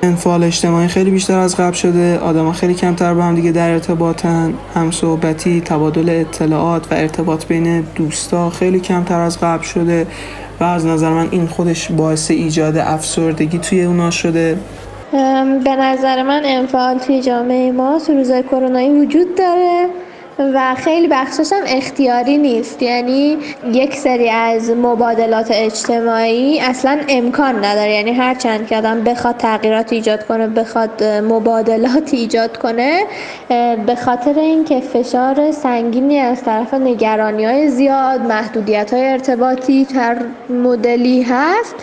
انفعال اجتماعی خیلی بیشتر از قبل شده، آدم‌ها خیلی کمتر با هم دیگه در ارتباطن، همصحبتی، تبادل اطلاعات و ارتباط بین دوستا خیلی کمتر از قبل شده و از نظر من این خودش باعث ایجاد افسردگی توی اونا شده. به نظر من انفعال توی جامعه ما تو روزهای کرونایی وجود داره و خیلی بخشش هم اختیاری نیست. یعنی یک سری از مبادلات اجتماعی اصلا امکان نداره، یعنی هر چند که آدم بخواد تغییرات ایجاد کنه، بخواد مبادلات ایجاد کنه، به خاطر اینکه فشار سنگینی از طرف نگرانی‌های زیاد، محدودیت‌های ارتباطی تر مدلی هست،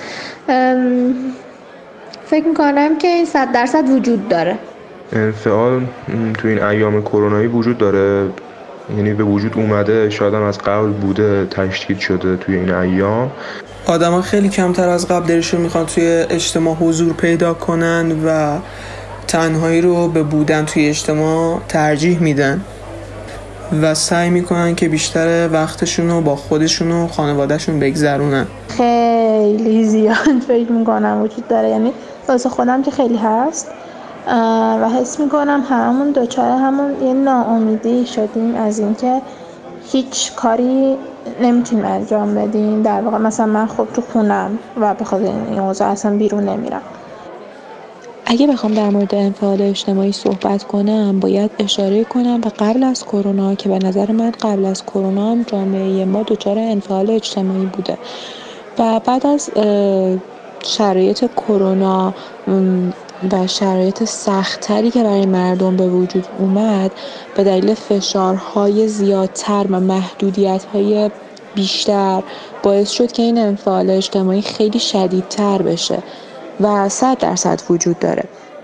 فکر میکنم که این 100% وجود داره. انفعال تو این ایام کرونایی وجود داره، یعنی به وجود اومده، شاید هم از قبل بوده، تشدید شده توی این ایام. آدما خیلی کمتر از قبل دلشون میخوان توی اجتماع حضور پیدا کنن و تنهایی رو به بودن توی اجتماع ترجیح میدن و سعی میکنن که بیشتر وقتشون رو با خودشون و خانوادهشون بگذرونن. خیلی زیاد فکر میکنم وجود داره، یعنی واسه خودم که خیلی هست و حس میکنم هممون دوچاره همون یه ناامیدی شدیم از اینکه هیچ کاری نمیتونیم انجام بدیم. در واقع مثلا من خب تو خونم و به خاطر این موضوع اصلا بیرون نمیرم. اگه بخوام در مورد انفعال اجتماعی صحبت کنم، باید اشاره کنم به قبل از کرونا که به نظر من قبل از کرونا هم جامعه ما دچار انفعال اجتماعی بوده و بعد از شرایط کرونا و شرایط سخت‌تری که برای مردم به وجود اومد، به دلیل فشارهای زیادتر و محدودیت‌های بیشتر باعث شد که این انفعال اجتماعی خیلی شدیدتر بشه و 100% وجود داره.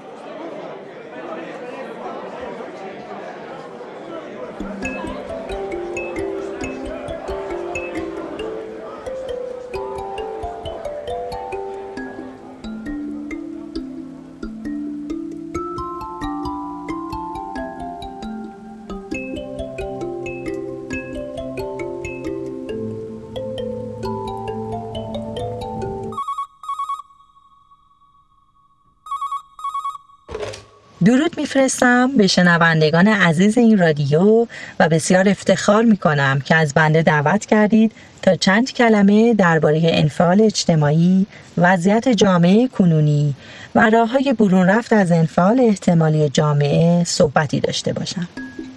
درود میفرستم به شنوندگان عزیز این رادیو و بسیار افتخار میکنم که از بنده دعوت کردید تا چند کلمه درباره انفعال اجتماعی، وضعیت جامعه کنونی و راه‌های برون رفت از انفعال احتمالی جامعه صحبتی داشته باشم.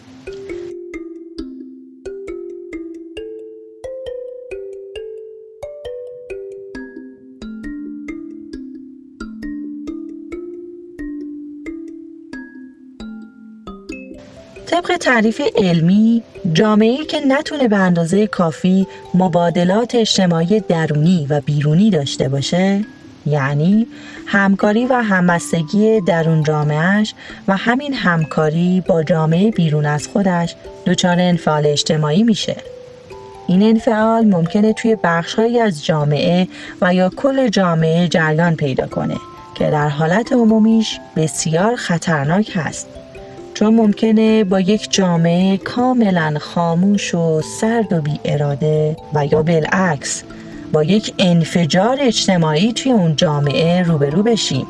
طبق تعریف علمی، جامعه‌ای که نتونه به اندازه کافی مبادلات اجتماعی درونی و بیرونی داشته باشه، یعنی همکاری و همبستگی درون جامعهش و همین همکاری با جامعه بیرون از خودش، دچار انفعال اجتماعی میشه. این انفعال ممکنه توی بخش‌هایی از جامعه و یا کل جامعه جریان پیدا کنه که در حالت عمومیش بسیار خطرناک هست، چون ممکنه با یک جامعه کاملا خاموش و سرد و بی اراده و یا بالعکس با یک انفجار اجتماعی توی اون جامعه روبرو بشیم.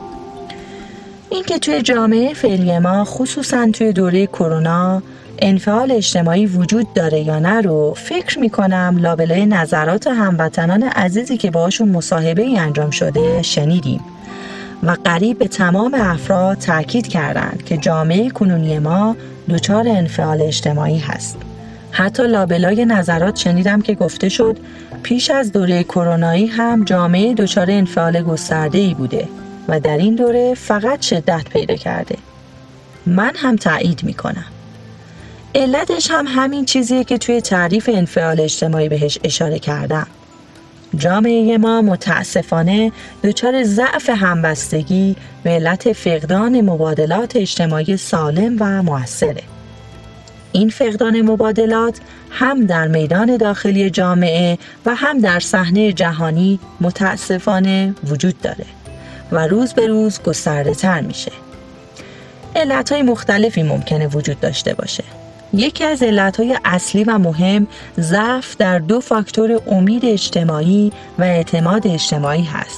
این که توی جامعه فعلی ما خصوصا توی دوره کرونا انفعال اجتماعی وجود داره یا نه رو فکر میکنم لابلای نظرات هموطنان عزیزی که باهاشون مصاحبه‌ای انجام شده شنیدیم و قریب به تمام افراد تاکید کردند که جامعه کنونی ما دچار انفعال اجتماعی هست. حتی لابلای نظرات شنیدم که گفته شد پیش از دوره کرونایی هم جامعه دچار انفعال گسترده‌ای بوده و در این دوره فقط شدت پیدا کرده. من هم تایید میکنم. علتش هم همین چیزیه که توی تعریف انفعال اجتماعی بهش اشاره کردم. جامعه ما متاسفانه دچار ضعف همبستگی به علت فقدان مبادلات اجتماعی سالم و مؤثره. این فقدان مبادلات هم در میدان داخلی جامعه و هم در صحنه جهانی متاسفانه وجود داره و روز به روز گسترده تر میشه. علتهای مختلفی ممکنه وجود داشته باشه. یکی از علتهای اصلی و مهم ضعف در دو فاکتور امید اجتماعی و اعتماد اجتماعی هست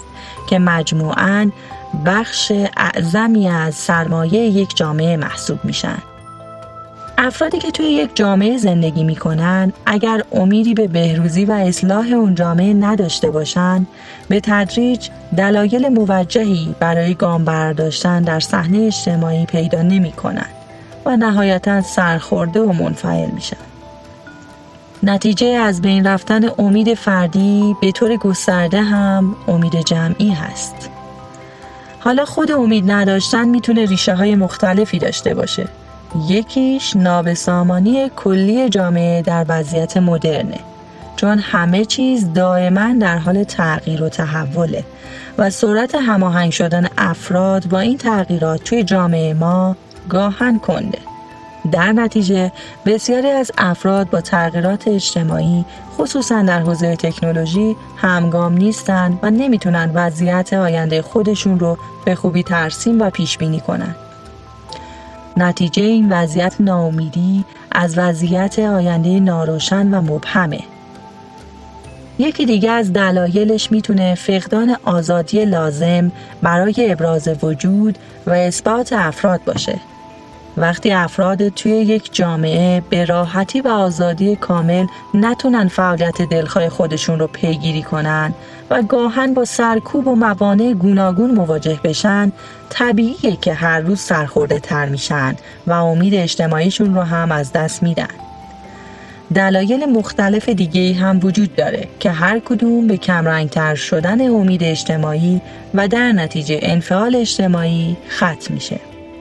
که مجموعاً بخش اعظمی از سرمایه یک جامعه محسوب میشن. افرادی که توی یک جامعه زندگی میکنن اگر امیدی به بهروزی و اصلاح اون جامعه نداشته باشن، به تدریج دلایل موجهی برای گام برداشتن در صحنه اجتماعی پیدا نمیکنن و نهایتاً سرخورده و منفعل میشن. نتیجه از بین رفتن امید فردی به طور گسترده هم امید جمعی هست. حالا خود امید نداشتن میتونه ریشه های مختلفی داشته باشه. یکیش نابسامانی کلی جامعه در وضعیت مدرنه، چون همه چیز دائما در حال تغییر و تحوله و سرعت هماهنگ شدن افراد با این تغییرات توی جامعه ما گاهن کنده. در نتیجه بسیاری از افراد با تغییرات اجتماعی خصوصا در حوزه تکنولوژی همگام نیستن و نمیتونن وضعیت آینده خودشون رو به خوبی ترسیم و پیش بینی کنن. نتیجه این وضعیت ناامیدی از وضعیت آینده ناروشن و مبهمه. یکی دیگه از دلایلش میتونه فقدان آزادی لازم برای ابراز وجود و اثبات افراد باشه. وقتی افراد توی یک جامعه به راحتی و آزادی کامل نتونن فعالیت دلخواه خودشون رو پیگیری کنن و گاهن با سرکوب و موانع گوناگون مواجه بشن، طبیعیه که هر روز سرخورده تر میشن و امید اجتماعیشون رو هم از دست میدن. دلایل مختلف دیگه هم وجود داره که هر کدوم به کمرنگتر شدن امید اجتماعی و در نتیجه انفعال اجتماعی ختم میشه.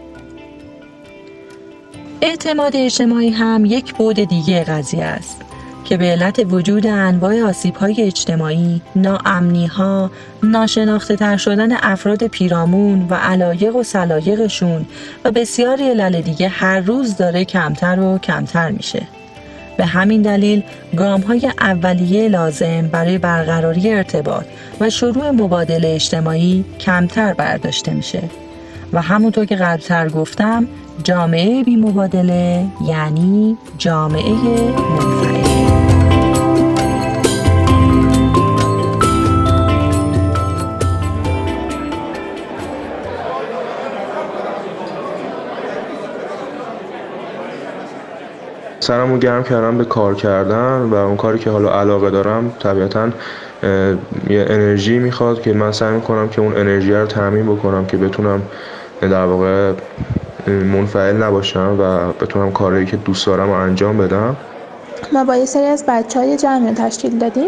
اعتماد اجتماعی هم یک بعد دیگه قضیه است که به علت وجود انواع آسیب‌های اجتماعی، ناامنی‌ها، ناشناخته تر شدن افراد پیرامون و علایق و سلایقشون و بسیاری علل دیگه هر روز داره کمتر و کمتر میشه. به همین دلیل گام‌های اولیه لازم برای برقراری ارتباط و شروع مبادله اجتماعی کمتر برداشته میشه و همونطور که قبل‌تر گفتم جامعه بی مبادله یعنی جامعه منفعل. سرمو گرم کردم به کار کردن و اون کاری که حالا علاقه دارم طبیعتاً یه انرژی میخواد که من سعی میکنم که اون انرژی رو تامین بکنم که بتونم در واقع منفعل نباشم و بتونم کاری که دوست دارم رو انجام بدم. ما با یه سری از بچه‌های جمعی تشکیل دادیم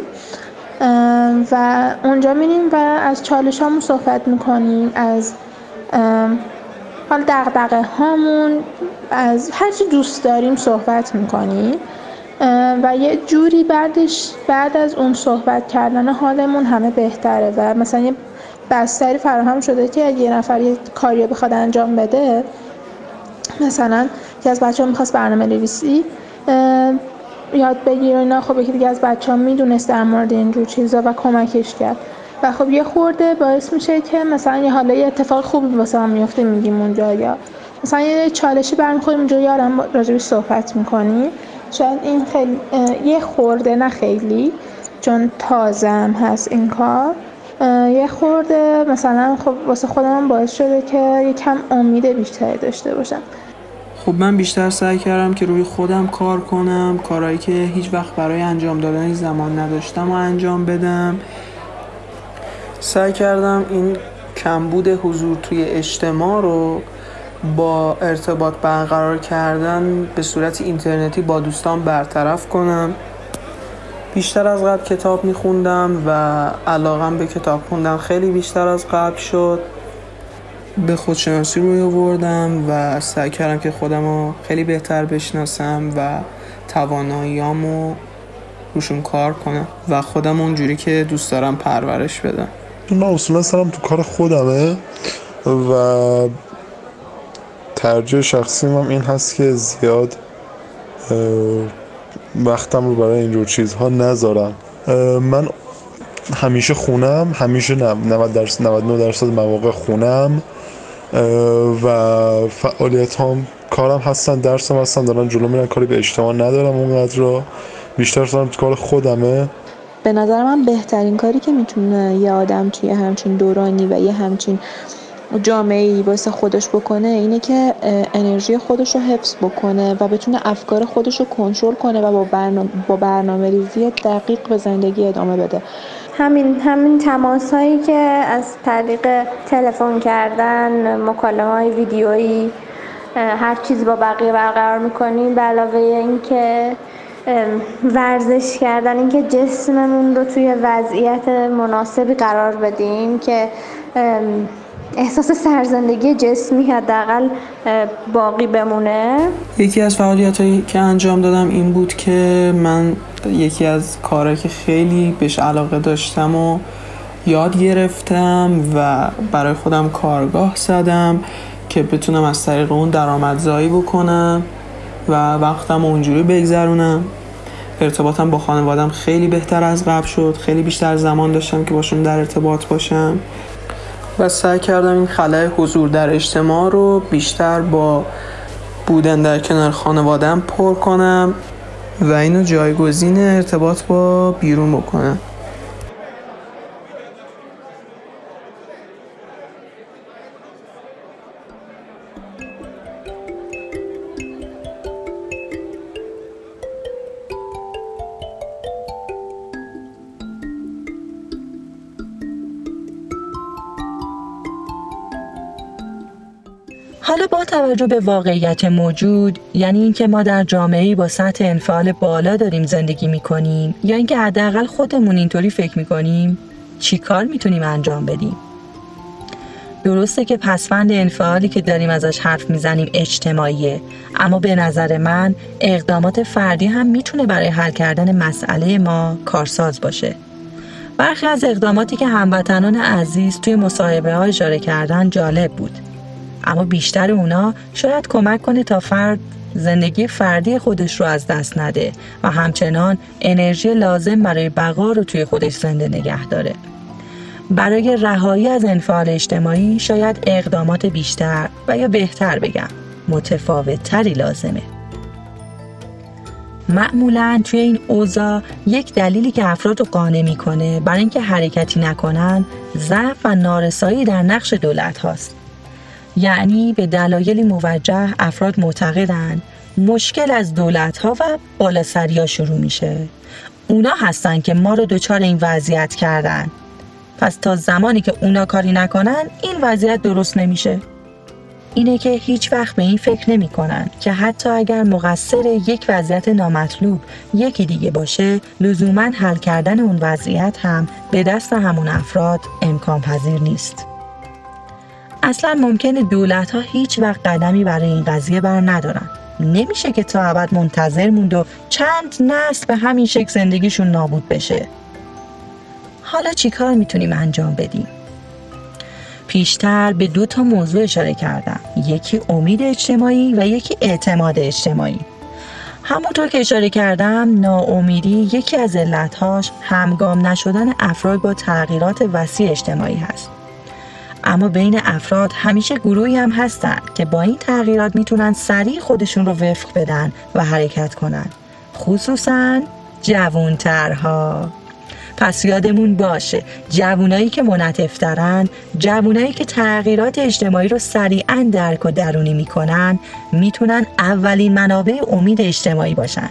و اونجا میریم و از چالش‌هامون صحبت میکنیم، از حال دغدغه هامون، از هر چی دوست داریم صحبت میکنیم و یه جوری بعد از اون صحبت کردن حالمون همه بهتره و مثلا یه بستری فراهم شده که اگه یه نفر یه کاری بخواد انجام بده، مثلا یکی از بچه‌ها می‌خواست برنامه‌نویسی یاد بگیره اینا، خب یکی دیگه از بچه‌ها میدونست در مورد اینجور چیزا و کمکش کرد و خب یه خورده باعث میشه که مثلا یه حالا یه اتفاق خوبی واسه ما میفته میگیم اونجا، یا مثلا یه چالشی برمی‌خوریم اونجا یارم راجعش صحبت می‌کنیم. شاید این خیلی یه خورده، نه خیلی چون تازم هست این کار، یه خورده مثلا خب واسه خودم باعث شده که یکم امید بیشتری داشته باشم. خب من بیشتر سعی کردم که روی خودم کار کنم، کارهایی که هیچ وقت برای انجام دادن زمان نداشتم و انجام بدم. سعی کردم این کمبود حضور توی اجتماع رو با ارتباط برقرار کردن به صورت اینترنتی با دوستان برطرف کنم. بیشتر از قبل کتاب میخوندم و علاقم به کتاب خوندن خیلی بیشتر از قبل شد. به خودشناسی روی آوردم و سعی کردم که خودم رو خیلی بهتر بشناسم و تواناییامو روشون کار کنم و خودم اونجوری که دوست دارم پرورش بدم. من اصولا سرم تو کار خودمه و ترجیح شخصیم هم این هست که زیاد وقتم رو برای اینجور چیزها نذارم. من همیشه خونم، همیشه 99% مواقع خونم و فعالیت هم کارم هستن، درسم هستن، دارن جلو میرن، کاری به اجتماع ندارم اونقدر را، بیشتر سرم تو کار خودمه به نظر من بهترین کاری که میتونه یه آدم توی همچین دورانی و یه همچین جامعه‌ای واسه خودش بکنه اینه که انرژی خودش رو حفظ بکنه و بتونه افکار خودش رو کنترل کنه و با برنامه‌ریزی دقیق به زندگی ادامه بده. همین تماس‌هایی که از طریق تلفن کردن، مکالمه‌های ویدیویی، هر چیزی با بقیه برقرار می‌کنیم، به علاوه این که ورزش کردن، این که جسممون رو توی وضعیت مناسبی قرار بدیم که احساس سرزندگی جسمی حداقل باقی بمونه. یکی از فعالیتایی که انجام دادم این بود که من یکی از کارهایی که خیلی بهش علاقه داشتم و یاد گرفتم و برای خودم کارگاه زدم که بتونم از طریق اون درآمدزایی بکنم و وقتم اونجوری بگذرونم. ارتباطم با خانوادم خیلی بهتر از قبل شد، خیلی بیشتر زمان داشتم که باشون در ارتباط باشم و سعی کردم این خلأ حضور در اجتماع رو بیشتر با بودن در کنار خانوادم پر کنم و اینو جایگزین ارتباط با بیرون بکنم. حالا با توجه به واقعیت موجود، یعنی اینکه ما در جامعه‌ای با سطح انفعال بالا داریم زندگی می‌کنیم یا اینکه حداقل خودمون اینطوری فکر می‌کنیم، چی کار می‌تونیم انجام بدیم؟ درسته که پسوند انفعالی که داریم ازش حرف میزنیم اجتماعیه، اما به نظر من اقدامات فردی هم میتونه برای حل کردن مسئله ما کارساز باشه. برخی از اقداماتی که هموطنان عزیز توی مصاحبه‌ها اشاره کردن جالب بود، اما بیشتر اونا شاید کمک کنه تا فرد زندگی فردی خودش رو از دست نده و همچنان انرژی لازم برای بقا رو توی خودش زنده نگه داره. برای رهایی از انفعال اجتماعی شاید اقدامات بیشتر و یا بهتر بگم متفاوت‌تری لازمه. معمولاً توی این اوضاع یک دلیلی که افراد رو قانع می‌کنه برای اینکه حرکتی نکنن ضعف و نارسایی در نقش دولت هاست. یعنی به دلایلی موجه افراد معتقدن مشکل از دولت‌ها و بالاسری‌ها شروع میشه. اونا هستن که ما رو دچار این وضعیت کردن. پس تا زمانی که اونا کاری نکنن این وضعیت درست نمیشه. اینه که هیچ وقت به این فکر نمی کنن که حتی اگر مقصر یک وضعیت نامطلوب یکی دیگه باشه، لزوماً حل کردن اون وضعیت هم به دست همون افراد امکان پذیر نیست. اصلا ممکنه دولت‌ها هیچ وقت قدمی برای این قضیه بر ندارن. نمیشه که تا ابد منتظر موند و چند نسل به همین شکل زندگیشون نابود بشه. حالا چی کار میتونیم انجام بدیم؟ پیشتر به 2 موضوع اشاره کردم. یکی امید اجتماعی و یکی اعتماد اجتماعی. همونطور که اشاره کردم، ناامیدی یکی از علتهاش همگام نشدن افراد با تغییرات وسیع اجتماعی هست. اما بین افراد همیشه گروهی هم هستن که با این تغییرات میتونن سریع خودشون رو وفق بدن و حرکت کنن. خصوصاً جوانترها. پس یادمون باشه جوانایی که منعطف‌ترن، جوانایی که تغییرات اجتماعی رو سریعاً درک و درونی میکنن، میتونن اولین منابع امید اجتماعی باشن.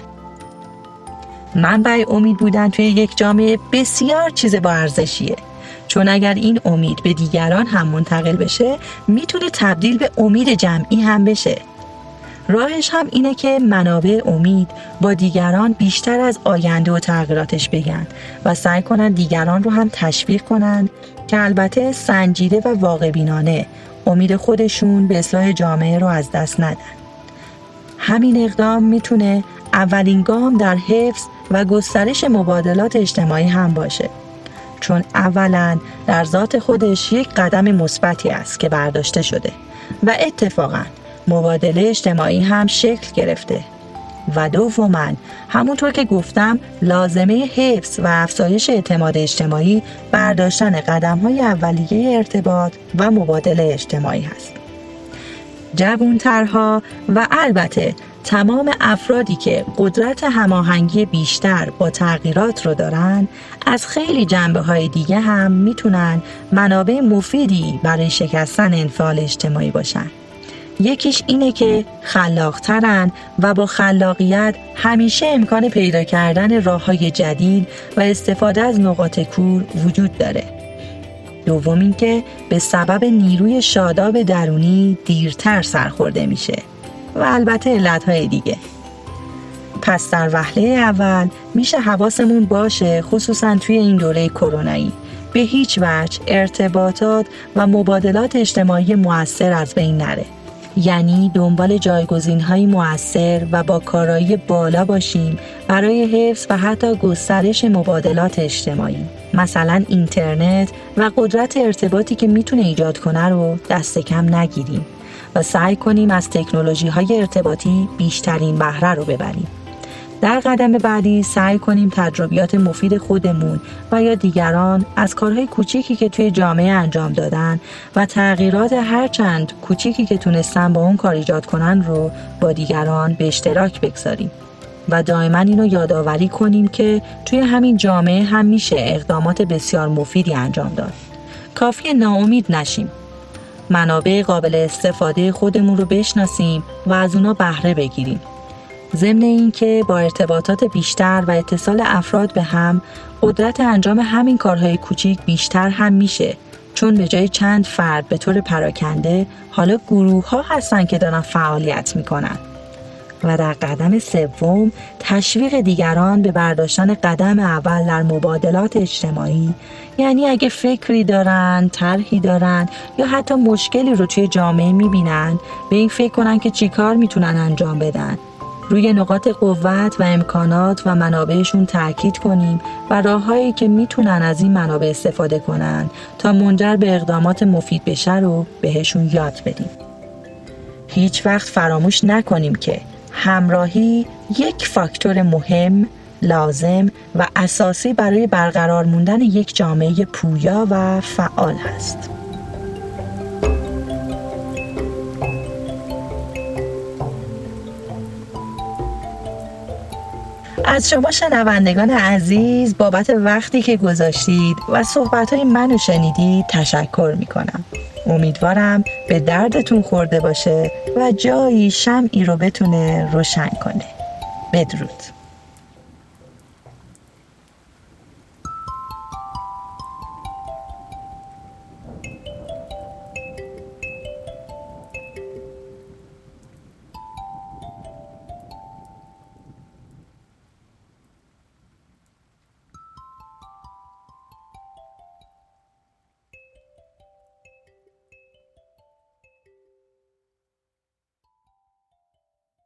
منبع امید بودن توی یک جامعه بسیار چیز با ارزشیه. چون اگر این امید به دیگران هم منتقل بشه، میتونه تبدیل به امید جمعی هم بشه. راهش هم اینه که منابع امید با دیگران بیشتر از آینده و تغییراتش بگن و سعی کنن دیگران رو هم تشویق کنن که البته سنجیده و واقع بینانه امید خودشون به اصلاح جامعه رو از دست ندن. همین اقدام میتونه اولین گام در حفظ و گسترش مبادلات اجتماعی هم باشه. چون اولاً در ذات خودش یک قدم مثبتی است که برداشته شده و اتفاقاً مبادله اجتماعی هم شکل گرفته و دوماً همونطور که گفتم لازمه حفظ و افزایش اعتماد اجتماعی برداشتن قدم‌های اولیه ارتباط و مبادله اجتماعی هست. جوانترها و البته تمام افرادی که قدرت هماهنگی بیشتر با تغییرات رو دارن از خیلی جنبه‌های دیگه هم میتونن منابع مفیدی برای شکستن انفعال اجتماعی باشن. یکیش اینه که خلاق‌ترن و با خلاقیت همیشه امکان پیدا کردن راه‌های جدید و استفاده از نقاط کور وجود داره. دوم این که به سبب نیروی شاداب درونی دیرتر سرخورده میشه و البته علتهای دیگه. پس در وهله اول میشه حواسمون باشه، خصوصا توی این دوره کرونایی، به هیچ وجه ارتباطات و مبادلات اجتماعی مؤثر از بین نره. یعنی دنبال جایگزین‌های مؤثر و با کارایی بالا باشیم برای حفظ و حتی گسترش مبادلات اجتماعی. مثلا اینترنت و قدرت ارتباطی که میتونه ایجاد کنه رو دست کم نگیریم و سعی کنیم از تکنولوژی‌های ارتباطی بیشترین بهره رو ببریم. در قدم بعدی سعی کنیم تجربیات مفید خودمون و یا دیگران از کارهای کوچیکی که توی جامعه انجام دادن و تغییرات هرچند کوچیکی که تونستن با اون کار ایجاد کنن رو با دیگران به اشتراک بگذاریم و دائما اینو یادآوری کنیم که توی همین جامعه هم میشه اقدامات بسیار مفیدی انجام داد. کافیه ناامید نشیم. منابع قابل استفاده خودمون رو بشناسیم و از اونا بهره بگیریم. ضمن این که با ارتباطات بیشتر و اتصال افراد به هم، قدرت انجام همین کارهای کوچیک بیشتر هم میشه، چون به جای چند فرد به طور پراکنده حالا گروه ها هستن که دارن فعالیت میکنن. و در قدم سوم تشویق دیگران به برداشتن قدم اول در مبادلات اجتماعی. یعنی اگه فکری دارن، طرحی دارن یا حتی مشکلی رو توی جامعه میبینن، به این فکر کنن که چی کار میتونن انجام بدن. روی نقاط قوت و امکانات و منابعشون تاکید کنیم و راههایی که میتونن از این منابع استفاده کنن تا منجر به اقدامات مفید بشه رو بهشون یاد بدیم. هیچ وقت فراموش نکنیم که همراهی یک فاکتور مهم، لازم و اساسی برای برقرار موندن یک جامعه پویا و فعال هست. از شما شنوندگان عزیز بابت وقتی که گذاشتید و صحبت‌های منو شنیدید تشکر میکنم. امیدوارم به دردتون خورده باشه و جایی شمعی رو بتونه روشن کنه. بدرود.